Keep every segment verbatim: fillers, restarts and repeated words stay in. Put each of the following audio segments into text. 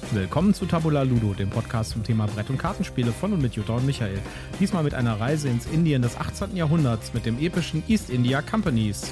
Willkommen zu Tabula Ludo, dem Podcast zum Thema Brett- und Kartenspiele von und mit Jutta und Michael. Diesmal mit einer Reise ins Indien des achtzehnten. Jahrhunderts mit dem epischen East India Companies.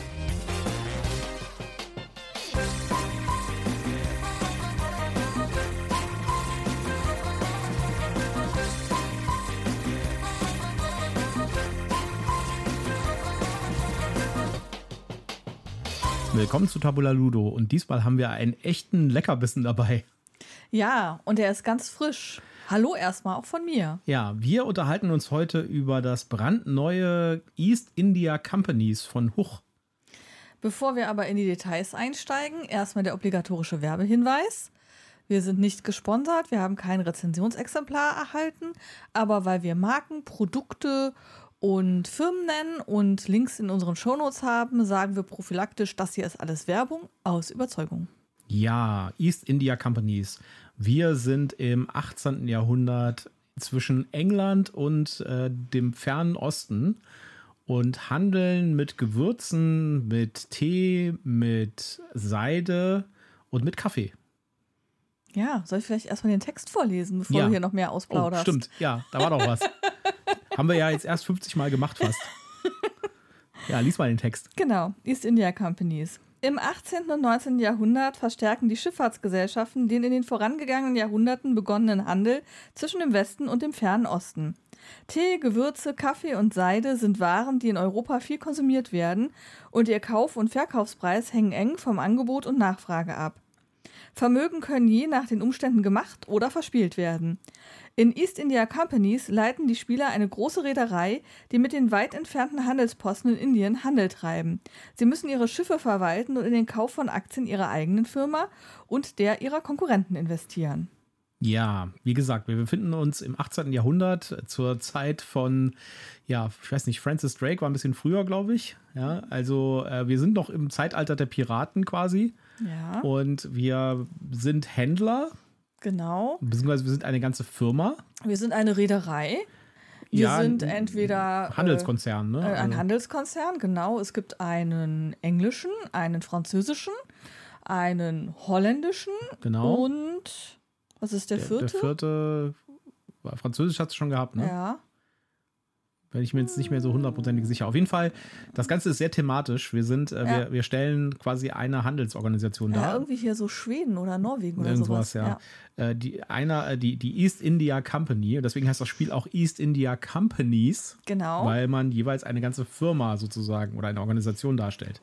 Willkommen zu Tabula Ludo und diesmal haben wir einen echten Leckerbissen dabei. Ja, und er ist ganz frisch. Hallo erstmal auch von mir. Ja, wir unterhalten uns heute über das brandneue East India Companies von Huch. Bevor wir aber in die Details einsteigen, erstmal der obligatorische Werbehinweis. Wir sind nicht gesponsert, wir haben kein Rezensionsexemplar erhalten, aber weil wir Marken, Produkte und Firmen nennen und Links in unseren Shownotes haben, sagen wir prophylaktisch, das hier ist alles Werbung aus Überzeugung. Ja, East India Companies. Wir sind im achtzehnten. Jahrhundert zwischen England und äh, dem fernen Osten und handeln mit Gewürzen, mit Tee, mit Seide und mit Kaffee. Ja, soll ich vielleicht erstmal den Text vorlesen, bevor Ja. du hier noch mehr ausplauderst? Oh, stimmt, ja, da war doch was. Haben wir ja jetzt erst fünfzig Mal gemacht fast. Ja, lies mal den Text. Genau, East India Companies. Im achtzehnten. und neunzehnten. Jahrhundert verstärken die Schifffahrtsgesellschaften den in den vorangegangenen Jahrhunderten begonnenen Handel zwischen dem Westen und dem fernen Osten. Tee, Gewürze, Kaffee und Seide sind Waren, die in Europa viel konsumiert werden, und ihr Kauf- und Verkaufspreis hängen eng vom Angebot und Nachfrage ab. Vermögen können je nach den Umständen gemacht oder verspielt werden. In East India Companies leiten die Spieler eine große Reederei, die mit den weit entfernten Handelsposten in Indien Handel treiben. Sie müssen ihre Schiffe verwalten und in den Kauf von Aktien ihrer eigenen Firma und der ihrer Konkurrenten investieren. Ja, wie gesagt, wir befinden uns im achtzehnten. Jahrhundert zur Zeit von, ja, ich weiß nicht, Francis Drake war ein bisschen früher, glaube ich. Ja, also äh, wir sind noch im Zeitalter der Piraten quasi. Ja, Und wir sind Händler, genau. beziehungsweise wir sind eine ganze Firma. Wir sind eine Reederei. Wir Ja, sind ein entweder Handelskonzern, ne? äh, ein Also- Handelskonzern, genau. Es gibt einen englischen, einen französischen, einen holländischen Genau. und was ist der vierte? Der vierte, Französisch hat es schon gehabt, ne? Ja. Bin ich mir jetzt nicht mehr so hundertprozentig sicher. Auf jeden Fall, das Ganze ist sehr thematisch. Wir sind, äh, Ja. wir, wir stellen quasi eine Handelsorganisation Ja, dar. irgendwie hier so Schweden oder Norwegen oder Irgendwas, sowas. ja. Äh, die, einer, äh, die, die East India Company, und deswegen heißt das Spiel auch East India Companies, Genau. weil man jeweils eine ganze Firma sozusagen oder eine Organisation darstellt.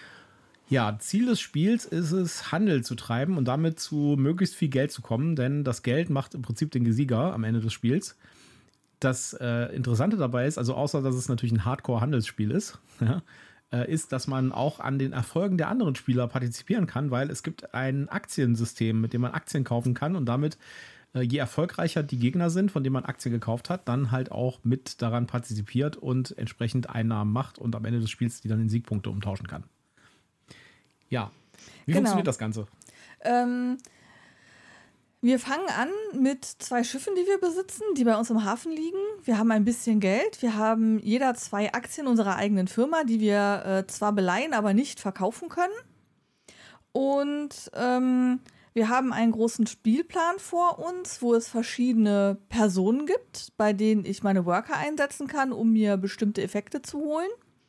Ja, Ziel des Spiels ist es, Handel zu treiben und damit zu möglichst viel Geld zu kommen, denn das Geld macht im Prinzip den Sieger am Ende des Spiels. Das äh, Interessante dabei ist, also außer dass es natürlich ein Hardcore-Handelsspiel ist, ja, äh, ist, dass man auch an den Erfolgen der anderen Spieler partizipieren kann, weil es gibt ein Aktiensystem, mit dem man Aktien kaufen kann und damit, äh, je erfolgreicher die Gegner sind, von denen man Aktien gekauft hat, dann halt auch mit daran partizipiert und entsprechend Einnahmen macht und am Ende des Spiels die dann in Siegpunkte umtauschen kann. Ja, wie Genau. funktioniert das Ganze? Ähm, wir fangen an mit zwei Schiffen, die wir besitzen, die bei uns im Hafen liegen. Wir haben ein bisschen Geld. Wir haben jeder zwei Aktien unserer eigenen Firma, die wir äh, zwar beleihen, aber nicht verkaufen können. Und ähm, wir haben einen großen Spielplan vor uns, wo es verschiedene Personen gibt, bei denen ich meine Worker einsetzen kann, um mir bestimmte Effekte zu holen.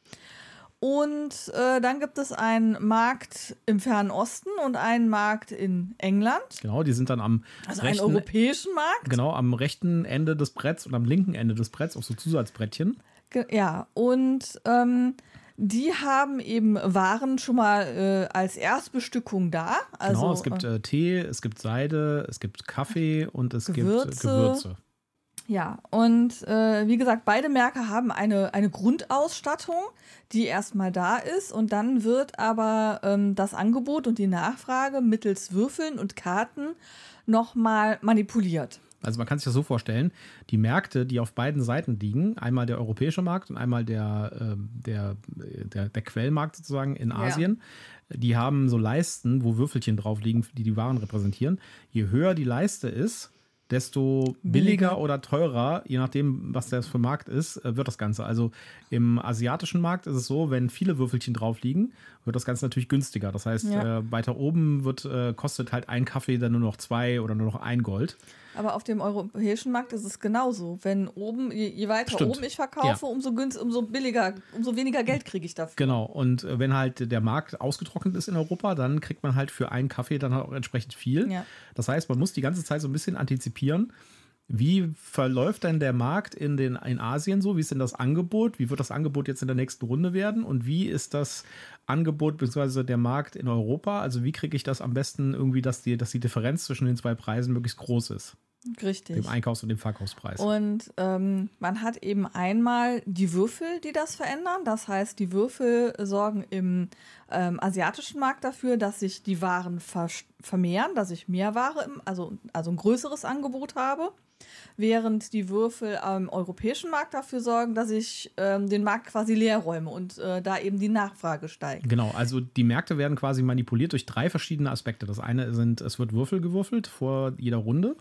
Und äh, dann gibt es einen Markt im Fernen Osten und einen Markt in England. Genau, die sind dann am Also einen rechten, europäischen Markt. genau, am rechten Ende des Bretts und am linken Ende des Bretts auch so Zusatzbrettchen. Ge- Ja, und ähm, die haben eben Waren schon mal äh, als Erstbestückung da. Also, Genau, es gibt äh, Tee, es gibt Seide, es gibt Kaffee und es Gewürze. gibt äh, Gewürze. Ja, und äh, wie gesagt, beide Märkte haben eine, eine Grundausstattung, die erstmal da ist, und dann wird aber ähm, das Angebot und die Nachfrage mittels Würfeln und Karten nochmal manipuliert. Also man kann sich das so vorstellen, die Märkte, die auf beiden Seiten liegen, einmal der europäische Markt und einmal der, äh, der, der, der Quellmarkt sozusagen in Asien, ja. Die haben so Leisten, wo Würfelchen drauf liegen, die die Waren repräsentieren. Je höher die Leiste ist, desto billiger, billiger oder teurer, je nachdem, was das für ein Markt ist, wird das Ganze. Also im asiatischen Markt ist es so, wenn viele Würfelchen drauf liegen, wird das Ganze natürlich günstiger. Das heißt, ja. äh, weiter oben wird, äh, kostet halt ein Kaffee dann nur noch zwei oder nur noch ein Gold. Aber auf dem europäischen Markt ist es genauso. Wenn oben, je, je weiter Stimmt. oben ich verkaufe, ja. umso günst, umso billiger, umso weniger Geld kriege ich dafür. Genau. Und äh, wenn halt der Markt ausgetrocknet ist in Europa, dann kriegt man halt für einen Kaffee dann auch entsprechend viel. Ja. Das heißt, man muss die ganze Zeit so ein bisschen antizipieren. Wie verläuft denn der Markt in, den, in Asien so? Wie ist denn das Angebot? Wie wird das Angebot jetzt in der nächsten Runde werden? Und wie ist das Angebot bzw. der Markt in Europa? Also wie kriege ich das am besten irgendwie, dass die, dass die Differenz zwischen den zwei Preisen möglichst groß ist? Richtig. Dem Einkaufs- und dem Verkaufspreis. Und ähm, man hat eben einmal die Würfel, die das verändern. Das heißt, die Würfel sorgen im ähm, asiatischen Markt dafür, dass sich die Waren vers- vermehren, dass ich mehr Ware, im, also, also ein größeres Angebot habe. Während die Würfel am europäischen Markt dafür sorgen, dass ich ähm, den Markt quasi leer räume und äh, da eben die Nachfrage steigt. Genau, also die Märkte werden quasi manipuliert durch drei verschiedene Aspekte. Das eine sind, es wird Würfel gewürfelt vor jeder Runde.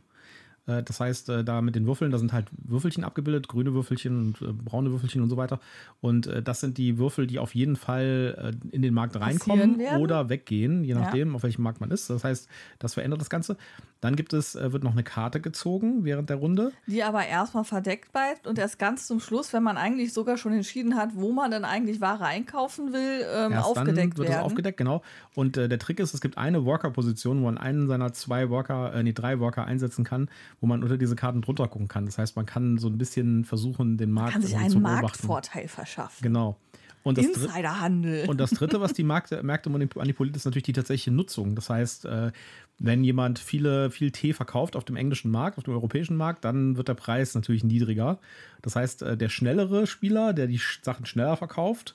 Das heißt, da mit den Würfeln, da sind halt Würfelchen abgebildet, grüne Würfelchen und äh, braune Würfelchen und so weiter. Und äh, das sind die Würfel, die auf jeden Fall äh, in den Markt reinkommen oder weggehen, je nachdem, ja. auf welchem Markt man ist. Das heißt, das verändert das Ganze. Dann gibt es, äh, wird noch eine Karte gezogen während der Runde. Die aber erstmal verdeckt bleibt und erst ganz zum Schluss, wenn man eigentlich sogar schon entschieden hat, wo man dann eigentlich Ware einkaufen will, ähm, erst aufgedeckt dann wird werden. Das aufgedeckt, genau. Und äh, der Trick ist, es gibt eine Worker-Position, wo man einen seiner zwei Worker, äh, nee, drei Worker einsetzen kann, wo man unter diese Karten drunter gucken kann. Das heißt, man kann so ein bisschen versuchen, den Markt man kann sich einen zu beobachten. Marktvorteil verschaffen. Genau. Und das Insiderhandel. Und das Dritte, was die Märkte, Märkte manipuliert, ist natürlich die tatsächliche Nutzung. Das heißt, äh, wenn jemand viele, viel Tee verkauft auf dem englischen Markt, auf dem europäischen Markt, dann wird der Preis natürlich niedriger. Das heißt, äh, der schnellere Spieler, der die Sachen schneller verkauft,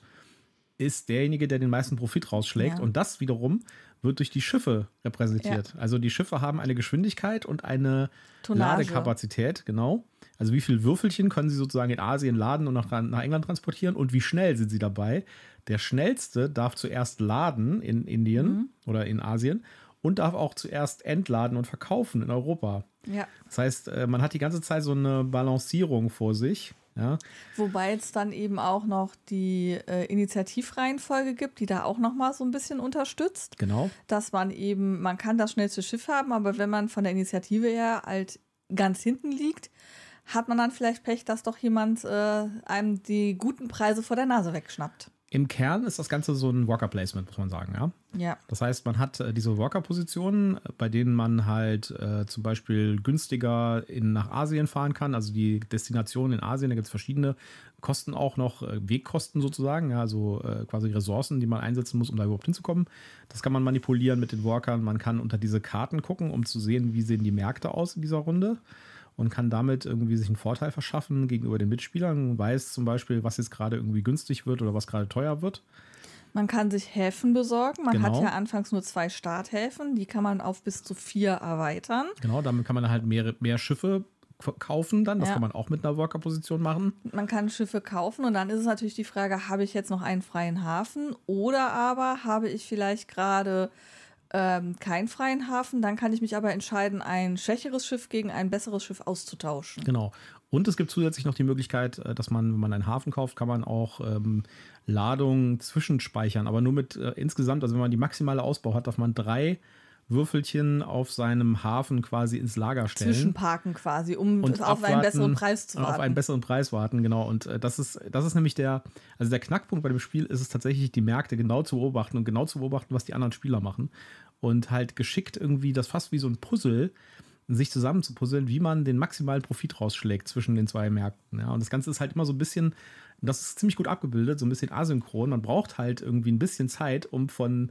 ist derjenige, der den meisten Profit rausschlägt. Ja. Und das wiederum wird durch die Schiffe repräsentiert. Ja. Also die Schiffe haben eine Geschwindigkeit und eine Tonnage. Ladekapazität, genau. Also wie viel Würfelchen können sie sozusagen in Asien laden und nach, nach England transportieren und wie schnell sind sie dabei. Der schnellste darf zuerst laden in Indien mhm. oder in Asien und darf auch zuerst entladen und verkaufen in Europa. Ja. Das heißt, man hat die ganze Zeit so eine Balancierung vor sich. Ja. Wobei es dann eben auch noch die äh, Initiativreihenfolge gibt, die da auch noch mal so ein bisschen unterstützt. Genau. Dass man eben, man kann das schnellste Schiff haben, aber wenn man von der Initiative her halt ganz hinten liegt, hat man dann vielleicht Pech, dass doch jemand äh, einem die guten Preise vor der Nase wegschnappt. Im Kern ist das Ganze so ein Worker-Placement, muss man sagen, ja. Ja. Das heißt, man hat äh, diese Worker-Positionen, bei denen man halt äh, zum Beispiel günstiger in, nach Asien fahren kann. Also die Destination in Asien, da gibt es verschiedene Kosten auch noch, äh, Wegkosten sozusagen, ja, also äh, quasi Ressourcen, die man einsetzen muss, um da überhaupt hinzukommen. Das kann man manipulieren mit den Workern. Man kann unter diese Karten gucken, um zu sehen, wie sehen die Märkte aus in dieser Runde. Und kann damit irgendwie sich einen Vorteil verschaffen gegenüber den Mitspielern. Weiß zum Beispiel, was jetzt gerade irgendwie günstig wird oder was gerade teuer wird. Man kann sich Häfen besorgen. Man genau. hat ja anfangs nur zwei Starthäfen. Die kann man auf bis zu vier erweitern. Genau, damit kann man halt mehr, mehr Schiffe kaufen dann. Das ja. kann man auch mit einer Worker-Position machen. Man kann Schiffe kaufen und dann ist es natürlich die Frage, habe ich jetzt noch einen freien Hafen oder aber habe ich vielleicht gerade Ähm, keinen freien Hafen, dann kann ich mich aber entscheiden, ein schwächeres Schiff gegen ein besseres Schiff auszutauschen. Genau. Und es gibt zusätzlich noch die Möglichkeit, dass man, wenn man einen Hafen kauft, kann man auch ähm, Ladungen zwischenspeichern, aber nur mit äh, insgesamt, also wenn man die maximale Ausbau hat, darf man drei Würfelchen auf seinem Hafen quasi ins Lager stellen. Zwischenparken quasi, um und auf einen besseren Preis zu warten. Auf einen besseren Preis warten, genau. Und äh, das ist, das ist nämlich der, also der Knackpunkt bei dem Spiel ist es tatsächlich, die Märkte genau zu beobachten und genau zu beobachten, was die anderen Spieler machen. Und halt geschickt irgendwie das fast wie so ein Puzzle, sich zusammen zu puzzeln, wie man den maximalen Profit rausschlägt zwischen den zwei Märkten. Ja. Und das Ganze ist halt immer so ein bisschen, das ist ziemlich gut abgebildet, so ein bisschen asynchron. Man braucht halt irgendwie ein bisschen Zeit, um von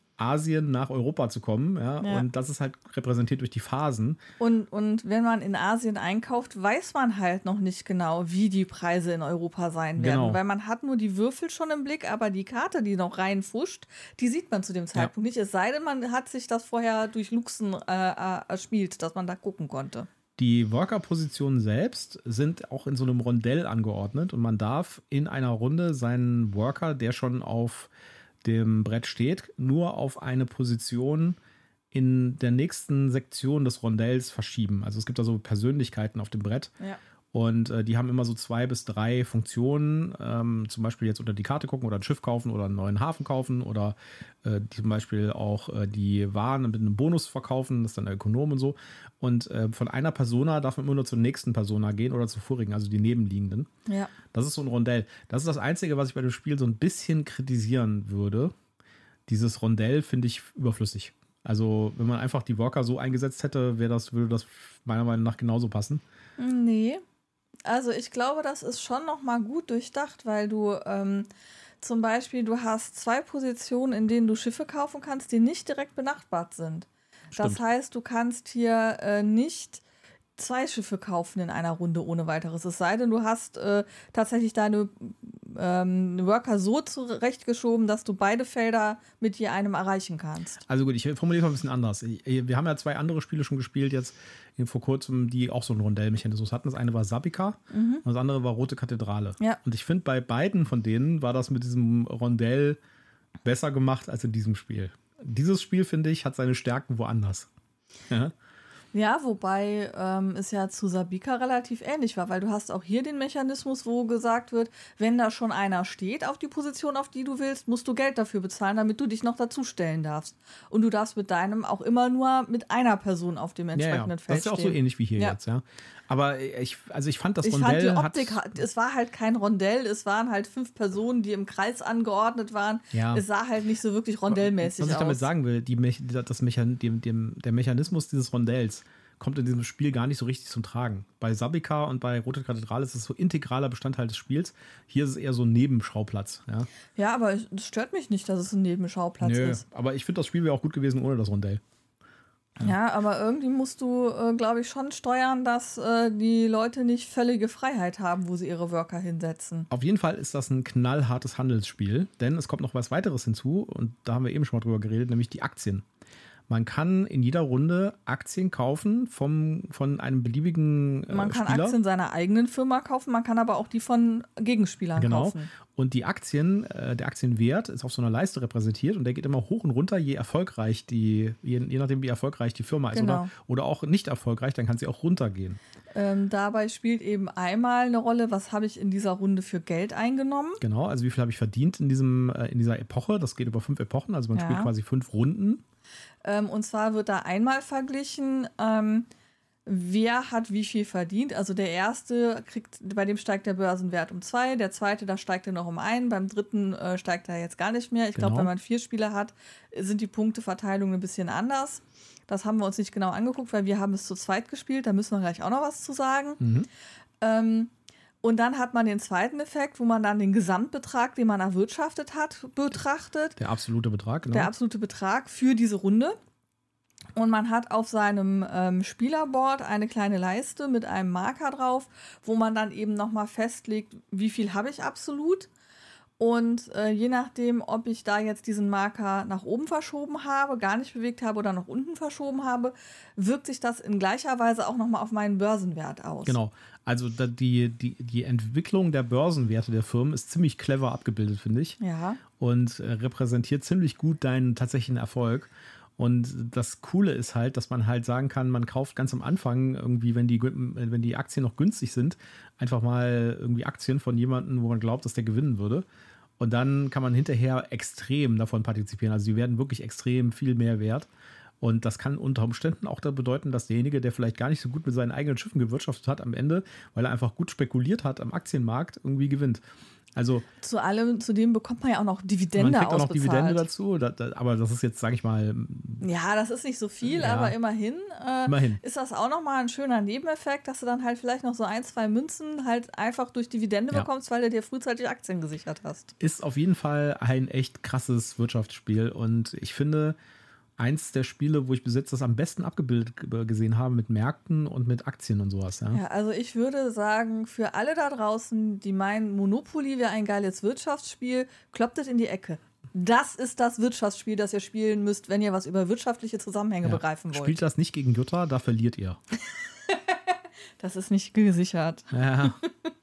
Asien nach Europa zu kommen, ja? Ja. Und das ist halt repräsentiert durch die Phasen. Und, und wenn man in Asien einkauft, weiß man halt noch nicht genau, wie die Preise in Europa sein werden, genau. weil man hat nur die Würfel schon im Blick, aber die Karte, die noch reinfuscht, die sieht man zu dem Zeitpunkt ja. nicht, es sei denn, man hat sich das vorher durch Luxen äh, erspielt, dass man da gucken konnte. Die Worker-Positionen selbst sind auch in so einem Rondell angeordnet und man darf in einer Runde seinen Worker, der schon auf dem Brett steht, nur auf eine Position in der nächsten Sektion des Rondells verschieben. Also es gibt da so Persönlichkeiten auf dem Brett. Ja. Und äh, die haben immer so zwei bis drei Funktionen, ähm, zum Beispiel jetzt unter die Karte gucken oder ein Schiff kaufen oder einen neuen Hafen kaufen oder äh, zum Beispiel auch äh, die Waren mit einem Bonus verkaufen, das ist dann der Ökonom und so. Und äh, von einer Persona darf man immer nur zur nächsten Persona gehen oder zur vorigen, also die nebenliegenden. Ja. Das ist so ein Rondell. Das ist das Einzige, was ich bei dem Spiel so ein bisschen kritisieren würde. Dieses Rondell finde ich überflüssig. Also wenn man einfach die Worker so eingesetzt hätte, wäre das, würde das meiner Meinung nach genauso passen. Nee. Also ich glaube, das ist schon noch mal gut durchdacht, weil du ähm, zum Beispiel, du hast zwei Positionen, in denen du Schiffe kaufen kannst, die nicht direkt benachbart sind. Stimmt. Das heißt, du kannst hier äh, nicht zwei Schiffe kaufen in einer Runde ohne weiteres. Es sei denn, du hast äh, tatsächlich deine ähm, Worker so zurechtgeschoben, dass du beide Felder mit je einem erreichen kannst. Also gut, ich formuliere es mal ein bisschen anders. Wir haben ja zwei andere Spiele schon gespielt jetzt vor kurzem, die auch so einen Rondellmechanismus hatten. Das eine war Sabika mhm. und das andere war Rote Kathedrale. Ja. Und ich finde, bei beiden von denen war das mit diesem Rondell besser gemacht als in diesem Spiel. Dieses Spiel, finde ich, hat seine Stärken woanders. Ja. Ja, wobei ähm, es ja zu Sabika relativ ähnlich war, weil du hast auch hier den Mechanismus, wo gesagt wird, wenn da schon einer steht auf die Position, auf die du willst, musst du Geld dafür bezahlen, damit du dich noch dazustellen darfst. Und du darfst mit deinem auch immer nur mit einer Person auf dem entsprechenden ja, ja. Feld Das ist ja auch stehen. so ähnlich wie hier ja. jetzt, ja. Aber ich, also ich fand das ich Rondell fand die Optik, hat, es war halt kein Rondell, es waren halt fünf Personen, die im Kreis angeordnet waren. Ja. Es sah halt nicht so wirklich rondellmäßig aus. Was ich damit sagen will, die, das Mechan, dem, dem, der Mechanismus dieses Rondells kommt in diesem Spiel gar nicht so richtig zum Tragen. Bei Sabika und bei Rote Kathedrale ist es so integraler Bestandteil des Spiels. Hier ist es eher so ein Nebenschauplatz. Ja, ja, aber es stört mich nicht, dass es ein Nebenschauplatz Nö, ist. Aber ich finde, das Spiel wäre auch gut gewesen ohne das Rondell. Ja, ja aber irgendwie musst du, äh, glaube ich, schon steuern, dass äh, die Leute nicht völlige Freiheit haben, wo sie ihre Worker hinsetzen. Auf jeden Fall ist das ein knallhartes Handelsspiel, denn es kommt noch was weiteres hinzu und da haben wir eben schon mal drüber geredet, nämlich die Aktien. Man kann in jeder Runde Aktien kaufen vom, von einem beliebigen äh, Man kann Spieler. Aktien seiner eigenen Firma kaufen, man kann aber auch die von Gegenspielern genau. kaufen. Und die Aktien, äh, der Aktienwert ist auf so einer Leiste repräsentiert und der geht immer hoch und runter, je erfolgreich die, je, je nachdem wie erfolgreich die Firma ist Genau. oder, oder auch nicht erfolgreich, dann kann sie auch runtergehen. Ähm, dabei spielt eben einmal eine Rolle, was habe ich in dieser Runde für Geld eingenommen. Genau, also wie viel habe ich verdient in, diesem, äh, in dieser Epoche, das geht über fünf Epochen, also man Ja. spielt quasi fünf Runden. Ähm, und zwar wird da einmal verglichen, ähm, wer hat wie viel verdient. Also der erste kriegt, bei dem steigt der Börsenwert um zwei, der zweite, da steigt er noch um einen, beim dritten äh, steigt er jetzt gar nicht mehr. Ich glaube, Genau. wenn man vier Spieler hat, sind die Punkteverteilungen ein bisschen anders. Das haben wir uns nicht genau angeguckt, weil wir haben es zu zweit gespielt, da müssen wir gleich auch noch was zu sagen. Mhm. Ähm, und dann hat man den zweiten Effekt, wo man dann den Gesamtbetrag, den man erwirtschaftet hat, betrachtet. Der absolute Betrag, genau. Der absolute Betrag für diese Runde. Und man hat auf seinem ähm, Spielerboard eine kleine Leiste mit einem Marker drauf, wo man dann eben nochmal festlegt, wie viel habe ich absolut. Und äh, je nachdem, ob ich da jetzt diesen Marker nach oben verschoben habe, gar nicht bewegt habe oder nach unten verschoben habe, wirkt sich das in gleicher Weise auch nochmal auf meinen Börsenwert aus. Genau. Also da die, die, die Entwicklung der Börsenwerte der Firmen ist ziemlich clever abgebildet, finde ich. Ja. Und äh, repräsentiert ziemlich gut deinen tatsächlichen Erfolg. Und das Coole ist halt, dass man halt sagen kann, man kauft ganz am Anfang irgendwie, wenn die, wenn die Aktien noch günstig sind, einfach mal irgendwie Aktien von jemandem, wo man glaubt, dass der gewinnen würde. Und dann kann man hinterher extrem davon partizipieren. Also sie werden wirklich extrem viel mehr wert. Und das kann unter Umständen auch da bedeuten, dass derjenige, der vielleicht gar nicht so gut mit seinen eigenen Schiffen gewirtschaftet hat, am Ende, weil er einfach gut spekuliert hat am Aktienmarkt, irgendwie gewinnt. Also zu allem, zudem bekommt man ja auch noch Dividende man kriegt auch noch ausbezahlt. Dividende dazu, da, da, aber das ist jetzt, sage ich mal... Ja, das ist nicht so viel, Ja. aber immerhin, äh, Immerhin. ist das auch nochmal ein schöner Nebeneffekt, dass du dann halt vielleicht noch so ein, zwei Münzen halt einfach durch Dividende Ja. bekommst, weil du dir frühzeitig Aktien gesichert hast. Ist auf jeden Fall ein echt krasses Wirtschaftsspiel und ich finde, eins der Spiele, wo ich bis jetzt das am besten abgebildet gesehen habe mit Märkten und mit Aktien und sowas. Ja. Ja, also ich würde sagen, für alle da draußen, die meinen, Monopoly wäre ein geiles Wirtschaftsspiel, kloppt es in die Ecke. Das ist das Wirtschaftsspiel, das ihr spielen müsst, wenn ihr was über wirtschaftliche Zusammenhänge Ja. begreifen wollt. Spielt das nicht gegen Jutta, da verliert ihr. Das ist nicht gesichert. Ja.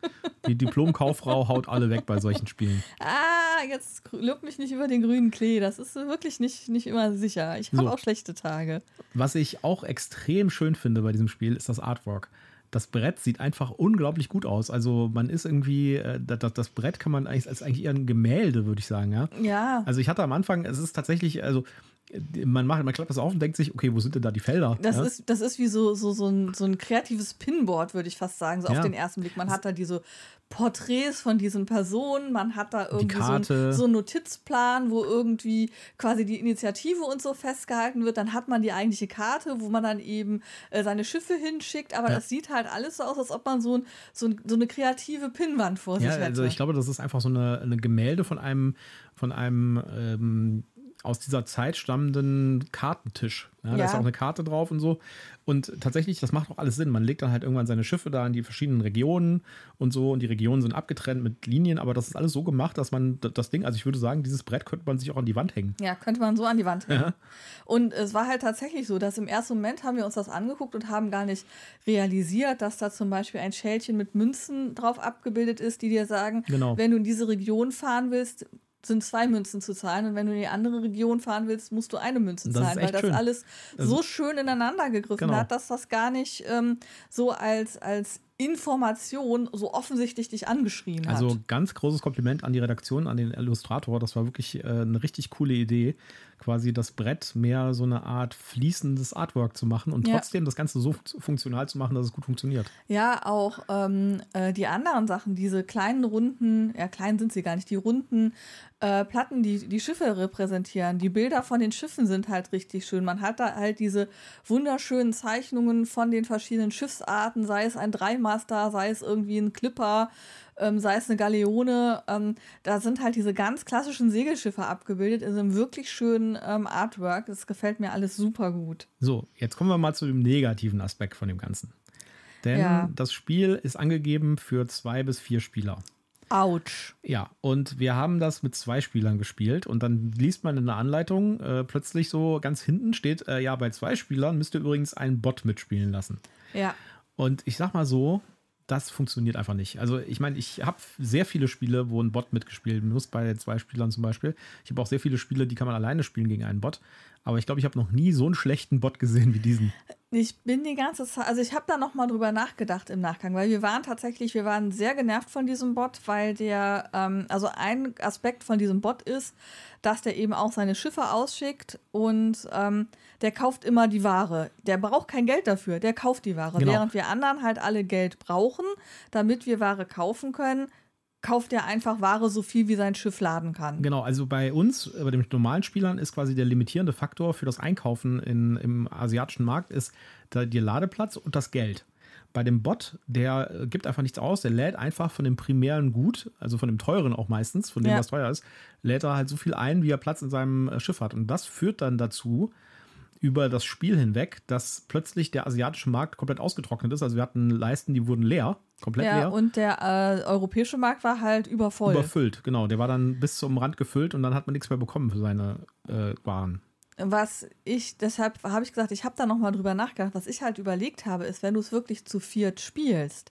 Die Diplom-Kauffrau haut alle weg bei solchen Spielen. Ah, jetzt lob mich nicht über den grünen Klee. Das ist wirklich nicht, nicht immer sicher. Ich habe so. auch schlechte Tage. Was ich auch extrem schön finde bei diesem Spiel, ist das Artwork. Das Brett sieht einfach unglaublich gut aus. Also man ist irgendwie, das, das Brett kann man eigentlich als eigentlich eher ein Gemälde, würde ich sagen, ja. Ja. Also ich hatte am Anfang, es ist tatsächlich, also man macht, man klappt das auf und denkt sich, okay, wo sind denn da die Felder? Das ja? ist, das ist wie so, so, so, ein, so ein kreatives Pinboard, würde ich fast sagen, so ja. auf den ersten Blick. Man hat da diese Porträts von diesen Personen, man hat da irgendwie so, ein, so einen Notizplan, wo irgendwie quasi die Initiative und so festgehalten wird. Dann hat man die eigentliche Karte, wo man dann eben äh, seine Schiffe hinschickt. Aber ja. das sieht halt alles so aus, als ob man so, ein, so, ein, so eine kreative Pinnwand vor ja, sich hätte. Also ich glaube, das ist einfach so eine, eine Gemälde von einem, von einem ähm, aus dieser Zeit stammenden Kartentisch. Ja, ja. Da ist auch eine Karte drauf und so. Und tatsächlich, das macht auch alles Sinn. Man legt dann halt irgendwann seine Schiffe da in die verschiedenen Regionen und so. Und die Regionen sind abgetrennt mit Linien. Aber das ist alles so gemacht, dass man das Ding, also ich würde sagen, dieses Brett könnte man sich auch an die Wand hängen. Ja, könnte man so an die Wand hängen. Ja. Und es war halt tatsächlich so, dass im ersten Moment haben wir uns das angeguckt und haben gar nicht realisiert, dass da zum Beispiel ein Schälchen mit Münzen drauf abgebildet ist, die dir sagen, genau. wenn du in diese Region fahren willst, sind zwei Münzen zu zahlen und wenn du in die andere Region fahren willst, musst du eine Münze das zahlen, weil das schön. alles also, so schön ineinander gegriffen genau. hat, dass das gar nicht ähm, so als, als Information so offensichtlich dich angeschrien hat. Also ganz großes Kompliment an die Redaktion, an den Illustrator. Das war wirklich äh, eine richtig coole Idee, quasi das Brett mehr so eine Art fließendes Artwork zu machen und ja. trotzdem das Ganze so funktional zu machen, dass es gut funktioniert. Ja, auch ähm, äh, die anderen Sachen, diese kleinen runden, ja klein sind sie gar nicht, die runden äh, Platten, die die Schiffe repräsentieren. Die Bilder von den Schiffen sind halt richtig schön. Man hat da halt diese wunderschönen Zeichnungen von den verschiedenen Schiffsarten, sei es ein Dreimaster, sei es irgendwie ein Clipper, ähm, sei es eine Galeone. Ähm, da sind halt diese ganz klassischen Segelschiffe abgebildet in einem wirklich schönen ähm, Artwork. Das gefällt mir alles super gut. So, jetzt kommen wir mal zu dem negativen Aspekt von dem Ganzen. Denn ja. das Spiel ist angegeben für zwei bis vier Spieler. Autsch. Ja, und wir haben das mit zwei Spielern gespielt und dann liest man in der Anleitung äh, plötzlich so ganz hinten steht, äh, ja, bei zwei Spielern müsst ihr übrigens einen Bot mitspielen lassen. Ja. Und ich sag mal so, das funktioniert einfach nicht. Also ich meine, ich habe sehr viele Spiele, wo ein Bot mitgespielt muss, bei zwei Spielern zum Beispiel. Ich habe auch sehr viele Spiele, die kann man alleine spielen gegen einen Bot. Aber ich glaube, ich habe noch nie so einen schlechten Bot gesehen wie diesen. Ich bin die ganze Zeit, also ich habe da noch mal drüber nachgedacht im Nachgang, weil wir waren tatsächlich, wir waren sehr genervt von diesem Bot, weil der, ähm, also ein Aspekt von diesem Bot ist, dass der eben auch seine Schiffe ausschickt und ähm, der kauft immer die Ware. Der braucht kein Geld dafür, der kauft die Ware. Genau. Während wir anderen halt alle Geld brauchen, damit wir Ware kaufen können, kauft er einfach Ware so viel, wie sein Schiff laden kann. Genau, also bei uns, bei den normalen Spielern, ist quasi der limitierende Faktor für das Einkaufen in, im asiatischen Markt ist der, der Ladeplatz und das Geld. Bei dem Bot, der gibt einfach nichts aus, der lädt einfach von dem primären Gut, also von dem teuren auch meistens, von dem, ja. was teuer ist, lädt er halt so viel ein, wie er Platz in seinem Schiff hat. Und das führt dann dazu, über das Spiel hinweg, dass plötzlich der asiatische Markt komplett ausgetrocknet ist. Also wir hatten Leisten, die wurden leer, komplett ja, leer. Und der äh, europäische Markt war halt übervoll. Überfüllt, genau. Der war dann bis zum Rand gefüllt und dann hat man nichts mehr bekommen für seine äh, Waren. Was ich, deshalb habe ich gesagt, ich habe da nochmal drüber nachgedacht, was ich halt überlegt habe, ist, wenn du es wirklich zu viert spielst,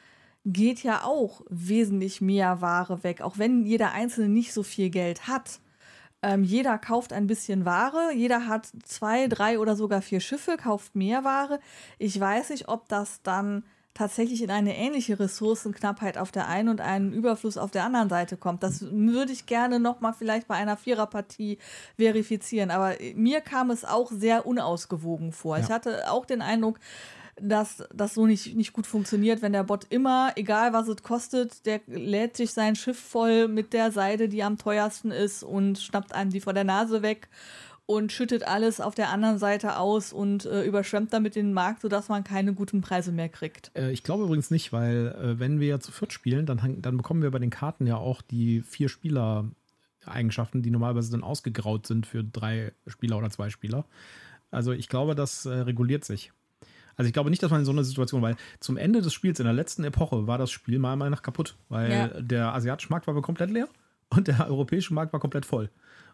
geht ja auch wesentlich mehr Ware weg, auch wenn jeder Einzelne nicht so viel Geld hat. Ähm, jeder kauft ein bisschen Ware, jeder hat zwei, drei oder sogar vier Schiffe, kauft mehr Ware. Ich weiß nicht, ob das dann tatsächlich in eine ähnliche Ressourcenknappheit auf der einen und einen Überfluss auf der anderen Seite kommt. Das würde ich gerne nochmal vielleicht bei einer Viererpartie verifizieren. Aber mir kam es auch sehr unausgewogen vor. Ja. Ich hatte auch den Eindruck, dass das so nicht, nicht gut funktioniert, wenn der Bot immer, egal was es kostet, der lädt sich sein Schiff voll mit der Seide, die am teuersten ist und schnappt einem die vor der Nase weg und schüttet alles auf der anderen Seite aus und äh, überschwemmt damit den Markt, sodass man keine guten Preise mehr kriegt. Äh, ich glaube übrigens nicht, weil äh, wenn wir ja zu viert spielen, dann, dann bekommen wir bei den Karten ja auch die vier Spieler-Eigenschaften, die normalerweise dann ausgegraut sind für drei Spieler oder zwei Spieler. Also ich glaube, das äh, reguliert sich. Also ich glaube nicht, dass man in so einer Situation, weil zum Ende des Spiels in der letzten Epoche war das Spiel mal mal nach kaputt, weil ja. der asiatische Markt war komplett leer und der europäische Markt war komplett voll.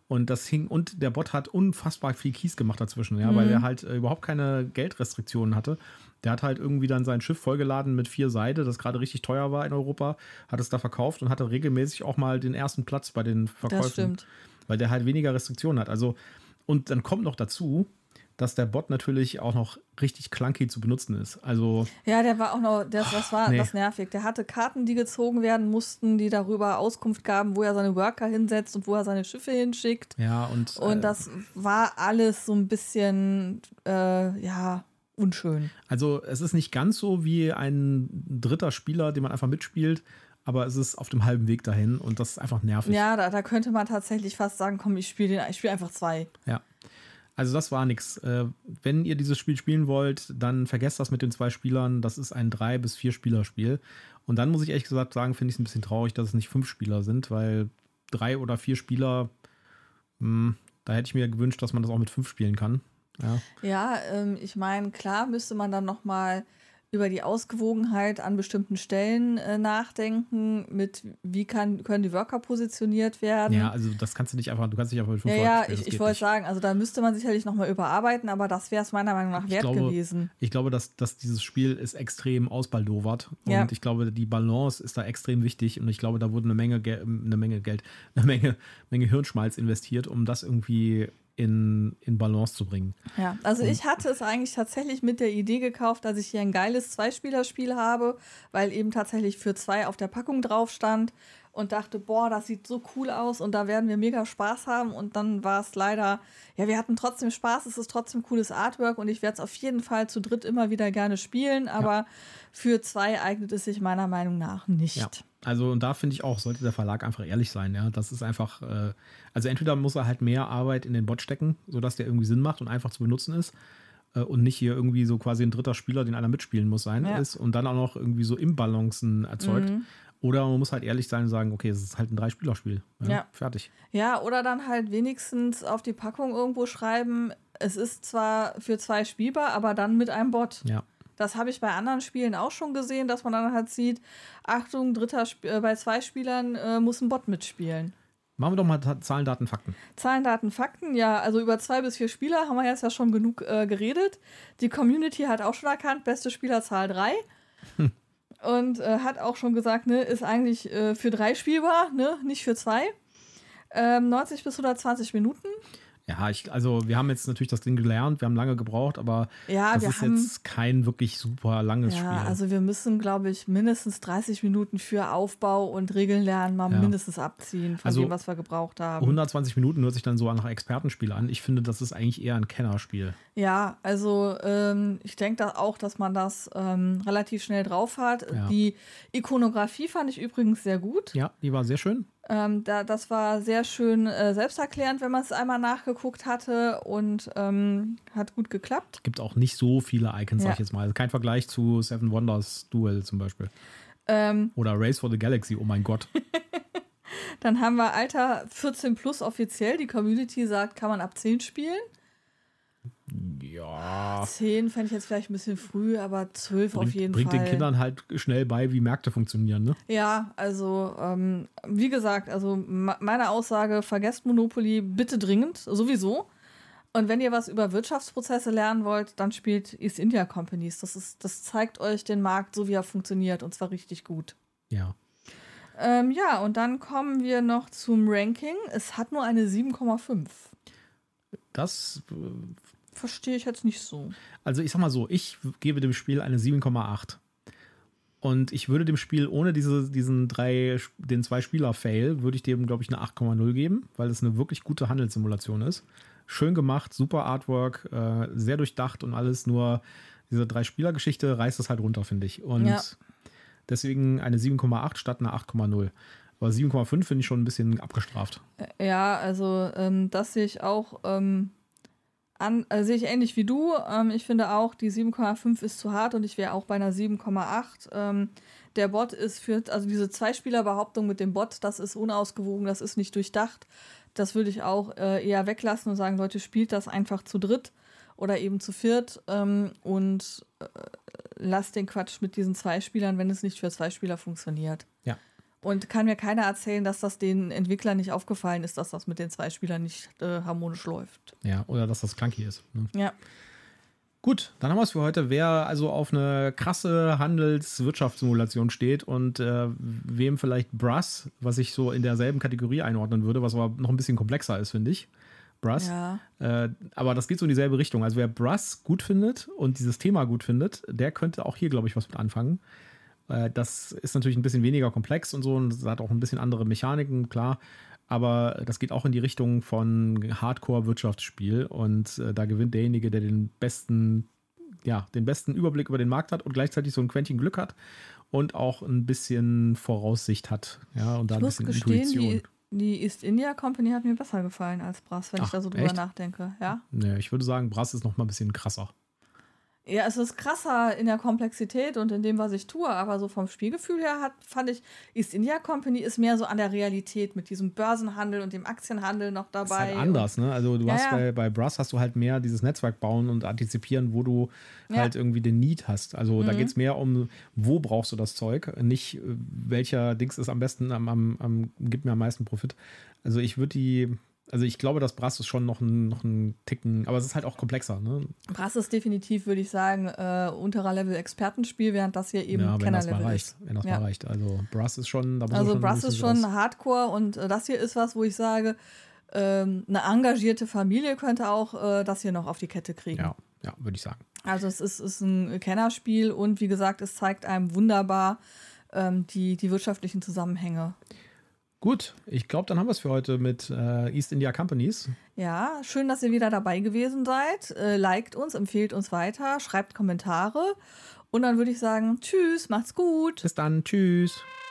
Und das hing, und der Bot hat unfassbar viel Kies gemacht dazwischen, ja, mhm. weil er halt äh, überhaupt keine Geldrestriktionen hatte. Der hat halt irgendwie dann sein Schiff vollgeladen mit vier Seide, das gerade richtig teuer war in Europa, hat es da verkauft und hatte regelmäßig auch mal den ersten Platz bei den Verkäufen. Das stimmt. Weil der halt weniger Restriktionen hat. Also, und dann kommt noch dazu, dass der Bot natürlich auch noch richtig clunky zu benutzen ist. Also ja, der war auch noch, das, das war nee. das nervig. Der hatte Karten, die gezogen werden mussten, die darüber Auskunft gaben, wo er seine Worker hinsetzt und wo er seine Schiffe hinschickt. Ja, und und äh, das war alles so ein bisschen, äh, ja, unschön. Also es ist nicht ganz so wie ein dritter Spieler, den man einfach mitspielt, aber es ist auf dem halben Weg dahin und das ist einfach nervig. Ja, da, da könnte man tatsächlich fast sagen, komm, ich spiele ich spiele einfach zwei. Ja. Also das war nix. Äh, wenn ihr dieses Spiel spielen wollt, dann vergesst das mit den zwei Spielern. Das ist ein drei- bis vier Spieler-Spiel. Und dann muss ich ehrlich gesagt sagen, finde ich es ein bisschen traurig, dass es nicht fünf Spieler sind, weil drei oder vier Spieler, mh, da hätte ich mir gewünscht, dass man das auch mit fünf spielen kann. Ja, ja ähm, ich meine, klar müsste man dann noch mal über die Ausgewogenheit an bestimmten Stellen äh, nachdenken, mit wie kann, können die Worker positioniert werden. Ja, also das kannst du nicht einfach, du kannst nicht einfach mit fünf Ja, ja, spielen, ich, ich wollte sagen, also da müsste man sicherlich nochmal überarbeiten, aber das wäre es meiner Meinung nach ich wert glaube, gewesen. Ich glaube, dass, dass dieses Spiel ist extrem ausbaldowert und ja. ich glaube, die Balance ist da extrem wichtig und ich glaube, da wurde eine Menge, Ge- eine Menge Geld, eine Menge, Menge Hirnschmalz investiert, um das irgendwie In, in Balance zu bringen. Ja, also und ich hatte es eigentlich tatsächlich mit der Idee gekauft, dass ich hier ein geiles Zweispielerspiel habe, weil eben tatsächlich für zwei auf der Packung drauf stand und dachte, boah, das sieht so cool aus und da werden wir mega Spaß haben und dann war es leider, ja, wir hatten trotzdem Spaß, es ist trotzdem cooles Artwork und ich werde es auf jeden Fall zu dritt immer wieder gerne spielen, aber ja. für zwei eignet es sich meiner Meinung nach nicht. Ja. Also und da finde ich auch, sollte der Verlag einfach ehrlich sein, ja, das ist einfach, äh, also entweder muss er halt mehr Arbeit in den Bot stecken, sodass der irgendwie Sinn macht und einfach zu benutzen ist äh, und nicht hier irgendwie so quasi ein dritter Spieler, den einer mitspielen muss sein ja. ist und dann auch noch irgendwie so Imbalancen erzeugt. Mhm. Oder man muss halt ehrlich sein und sagen, okay, es ist halt ein Drei-Spieler-Spiel. Ja, ja. Fertig. Ja, oder dann halt wenigstens auf die Packung irgendwo schreiben, es ist zwar für zwei spielbar, aber dann mit einem Bot. Ja. Das habe ich bei anderen Spielen auch schon gesehen, dass man dann halt sieht, Achtung, dritter Sp- äh, bei zwei Spielern äh, muss ein Bot mitspielen. Machen wir doch mal ta- Zahlen, Daten, Fakten. Zahlen, Daten, Fakten, ja, also über zwei bis vier Spieler haben wir jetzt ja schon genug äh, geredet. Die Community hat auch schon erkannt, beste Spielerzahl drei. Hm. Und äh, hat auch schon gesagt, ne, ist eigentlich äh, für drei spielbar, ne, nicht für zwei. Ähm, neunzig bis hundertzwanzig Minuten. Ja, ich, also wir haben jetzt natürlich das Ding gelernt, wir haben lange gebraucht, aber ja, das wir ist haben, jetzt kein wirklich super langes ja, Spiel. Ja, also wir müssen, glaube ich, mindestens dreißig Minuten für Aufbau und Regeln lernen mal ja. mindestens abziehen von also dem, was wir gebraucht haben. hundertzwanzig Minuten hört sich dann so nach Expertenspiel an. Ich finde, das ist eigentlich eher ein Kennerspiel. Ja, also ähm, ich denke da auch, dass man das ähm, relativ schnell drauf hat. Ja. Die Ikonografie fand ich übrigens sehr gut. Ja, die war sehr schön. Ähm, da, das war sehr schön äh, selbsterklärend, wenn man es einmal nachgeguckt hatte und ähm, hat gut geklappt. Gibt auch nicht so viele Icons, ja. sag ich jetzt mal. Also kein Vergleich zu Seven Wonders Duel zum Beispiel. Ähm, Oder Race for the Galaxy, oh mein Gott. Dann haben wir Alter vierzehn plus offiziell. Die Community sagt, kann man ab zehn spielen. Ja. zehn fände ich jetzt vielleicht ein bisschen früh, aber zwölf bringt, auf jeden bringt Fall. Bringt den Kindern halt schnell bei, wie Märkte funktionieren, ne? Ja, also ähm, wie gesagt, also ma- meine Aussage, vergesst Monopoly bitte dringend, sowieso. Und wenn ihr was über Wirtschaftsprozesse lernen wollt, dann spielt East India Companies. Das ist, das zeigt euch den Markt, so wie er funktioniert, und zwar richtig gut. Ja. Ähm, ja, und dann kommen wir noch zum Ranking. Es hat nur eine sieben Komma fünf. Das äh, verstehe ich jetzt nicht so. Also ich sag mal so, ich gebe dem Spiel eine sieben Komma acht. Und ich würde dem Spiel ohne diese, diesen drei, den Zwei-Spieler-Fail, würde ich dem, glaube ich, eine acht Komma null geben, weil es eine wirklich gute Handelssimulation ist. Schön gemacht, super Artwork, äh, sehr durchdacht und alles, nur diese Drei-Spieler-Geschichte reißt es halt runter, finde ich. Und ja. deswegen eine sieben Komma acht statt eine acht Komma null. Aber sieben Komma fünf finde ich schon ein bisschen abgestraft. Ja, also ähm, das sehe ich auch ähm, an, äh, sehe ich ähnlich wie du. Ähm, ich finde auch, die sieben Komma fünf ist zu hart und ich wäre auch bei einer sieben Komma acht. Ähm, der Bot ist für, also diese Zweispieler-Behauptung mit dem Bot, das ist unausgewogen, das ist nicht durchdacht. Das würde ich auch äh, eher weglassen und sagen, Leute, spielt das einfach zu dritt oder eben zu viert ähm, und äh, lasst den Quatsch mit diesen Zweispielern, wenn es nicht für Zweispieler funktioniert. Ja. Und kann mir keiner erzählen, dass das den Entwicklern nicht aufgefallen ist, dass das mit den zwei Spielern nicht äh, harmonisch läuft. Ja, oder dass das clunky ist. Ne? Ja. Gut, dann haben wir es für heute. Wer also auf eine krasse Handelswirtschaftssimulation steht und äh, wem vielleicht Brass, was ich so in derselben Kategorie einordnen würde, was aber noch ein bisschen komplexer ist, finde ich. Brass. Ja. Äh, aber das geht so in dieselbe Richtung. Also wer Brass gut findet und dieses Thema gut findet, der könnte auch hier, glaube ich, was mit anfangen. Äh, das ist natürlich ein bisschen weniger komplex und so und es hat auch ein bisschen andere Mechaniken, klar. Aber das geht auch in die Richtung von Hardcore-Wirtschaftsspiel und äh, da gewinnt derjenige, der den besten, ja, den besten Überblick über den Markt hat und gleichzeitig so ein Quäntchen Glück hat und auch ein bisschen Voraussicht hat. Ja, und da Ich ein muss bisschen gestehen, Intuition. die, die East India Company hat mir besser gefallen als Brass, wenn Ach, ich da so drüber echt? nachdenke. Ja? Nee, ich würde sagen, Brass ist noch mal ein bisschen krasser. Ja, es ist krasser in der Komplexität und in dem, was ich tue, aber so vom Spielgefühl her hat, fand ich, East India Company ist mehr so an der Realität mit diesem Börsenhandel und dem Aktienhandel noch dabei. Das ist halt anders, ne? Also du Ja, hast ja. bei, bei Brass hast du halt mehr dieses Netzwerk bauen und antizipieren, wo du Ja. halt irgendwie den Need hast. Also da Mhm. geht es mehr um, wo brauchst du das Zeug, nicht äh, welcher Dings ist am besten, am, am, am gibt mir am meisten Profit. Also ich würde die, also ich glaube, das Brass ist schon noch ein, noch ein Ticken, aber es ist halt auch komplexer, ne? Brass ist definitiv, würde ich sagen, äh, unterer Level Expertenspiel, während das hier eben Ja, wenn das mal Kennerlevel reicht. ist. Wenn das Ja. mal reicht. Also Brass ist schon, da muss Also schon ein Brass bisschen ist schon raus. Hardcore und äh, das hier ist was, wo ich sage, ähm, eine engagierte Familie könnte auch äh, das hier noch auf die Kette kriegen. Ja, ja, würde ich sagen. Also es ist, ist ein Kennerspiel und wie gesagt, es zeigt einem wunderbar ähm, die, die wirtschaftlichen Zusammenhänge. Gut, ich glaube, dann haben wir es für heute mit äh, East India Companies. Ja, schön, dass ihr wieder dabei gewesen seid. Äh, liked uns, empfehlt uns weiter, schreibt Kommentare und dann würde ich sagen, tschüss, macht's gut. Bis dann, tschüss.